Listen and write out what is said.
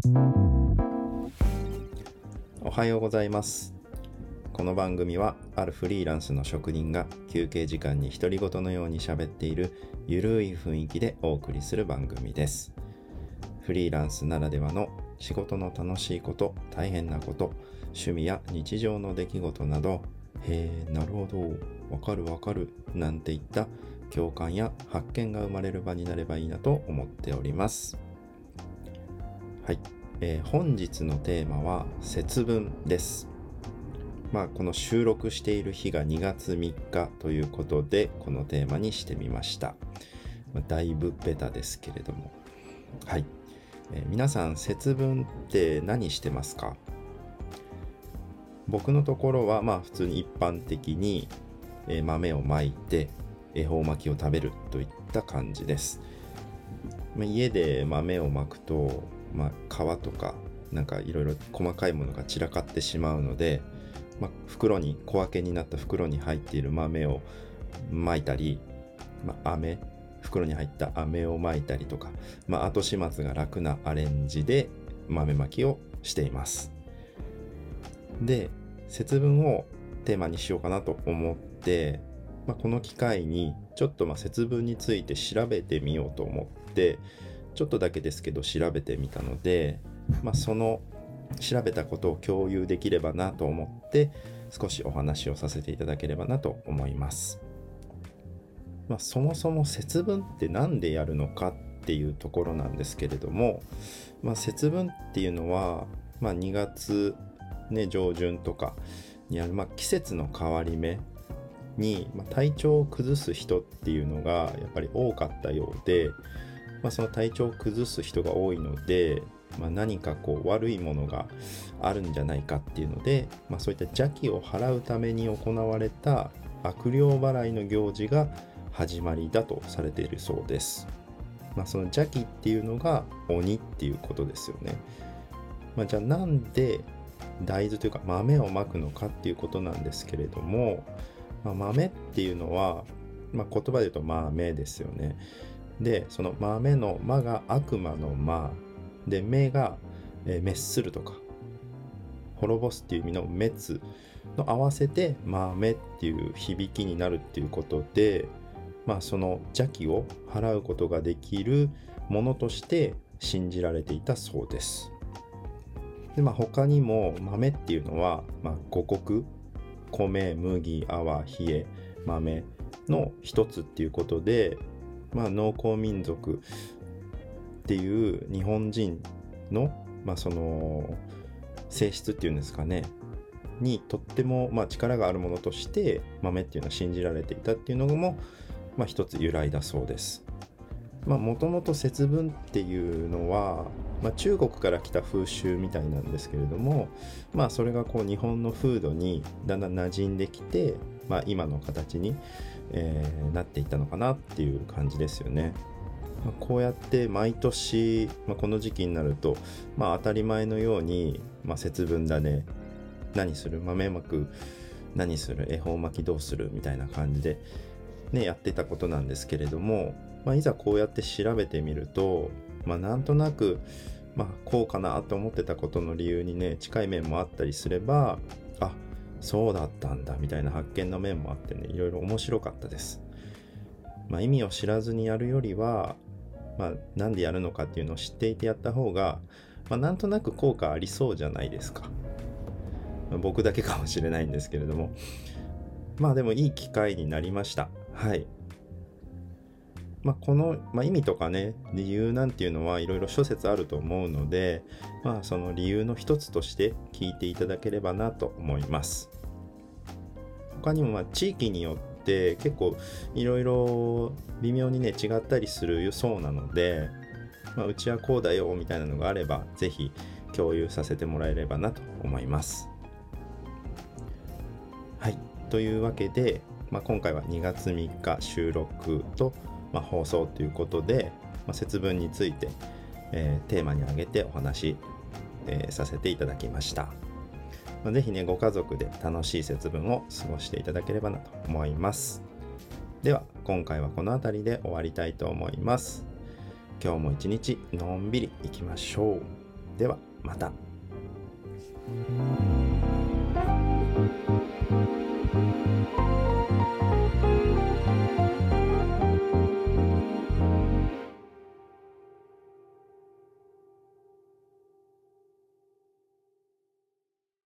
おはようございます。この番組はあるフリーランスの職人が休憩時間に独り言のように喋っているゆるい雰囲気でお送りする番組です。フリーランスならではの仕事の楽しいこと、大変なこと、趣味や日常の出来事など、なるほど、わかるなんていった共感や発見が生まれる場になればいいなと思っております。はい、本日のテーマは節分です。この収録している日が2月3日ということでこのテーマにしてみました。だいぶベタですけれども、はい、皆さん節分って何してますか？僕のところは普通に一般的に豆をまいて恵方巻きを食べるといった感じです。家で豆をまくと、皮とかなんかいろいろ細かいものが散らかってしまうので、袋に小分けになった袋に入っている豆をまいたり、袋に入った飴をまいたりとか、後始末が楽なアレンジで豆まきをしています。で、節分をテーマにしようかなと思って、この機会にちょっと節分について調べてみようと思ってちょっとだけですけど調べてみたので、その調べたことを共有できればなと思って少しお話をさせていただければなと思います。そもそも節分って何でやるのかっていうところなんですけれども、節分っていうのは、2月、上旬とかにある、季節の変わり目に、体調を崩す人っていうのがやっぱり多かったようで、その体調を崩す人が多いので、何か悪いものがあるんじゃないかっていうので、そういった邪気を払うために行われた悪霊払いの行事が始まりだとされているそうです。その邪気っていうのが鬼っていうことですよね。じゃあなんで大豆というか豆をまくのかっていうことなんですけれども、豆っていうのは、言葉で言うと豆ですよね。で、その豆の魔が悪魔の魔で、目が、滅するとか滅ぼすっていう意味の滅の合わせて豆っていう響きになるっていうことで、その邪気を払うことができるものとして信じられていたそうです。で、他にも豆っていうのは、五穀、米、麦、粟、冷え、豆の一つっていうことで、農耕民族っていう日本人の、その性質っていうんですかねにとっても力があるものとして豆っていうのは信じられていたっていうのも一つ由来だそうです。もともと節分っていうのは、中国から来た風習みたいなんですけれども、それが日本の風土にだんだん馴染んできて、今の形に、なっていったのかなっていう感じですよね。こうやって毎年、この時期になると、当たり前のように、節分だね、何する、豆まく何する、恵方巻きどうするみたいな感じでやってたことなんですけれども、いざこうやって調べてみると、なんとなく、こうかなと思ってたことの理由に近い面もあったりすれば、そうだったんだみたいな発見の面もあっていろいろ面白かったです。意味を知らずにやるよりは、なんでやるのかっていうのを知っていてやった方が、なんとなく効果ありそうじゃないですか。僕だけかもしれないんですけれども、でもいい機会になりました。はい。この、意味とか理由なんていうのはいろいろ諸説あると思うので、その理由の一つとして聞いていただければなと思います。他にも地域によって結構いろいろ微妙に違ったりするそうなので、うちはこうだよみたいなのがあればぜひ共有させてもらえればなと思います。はい、というわけで、今回は2月3日収録と放送ということで、節分について、テーマに挙げてお話、させていただきました。ぜひご家族で楽しい節分を過ごしていただければなと思います。では今回はこの辺りで終わりたいと思います。今日も一日のんびりいきましょう。 ではまた。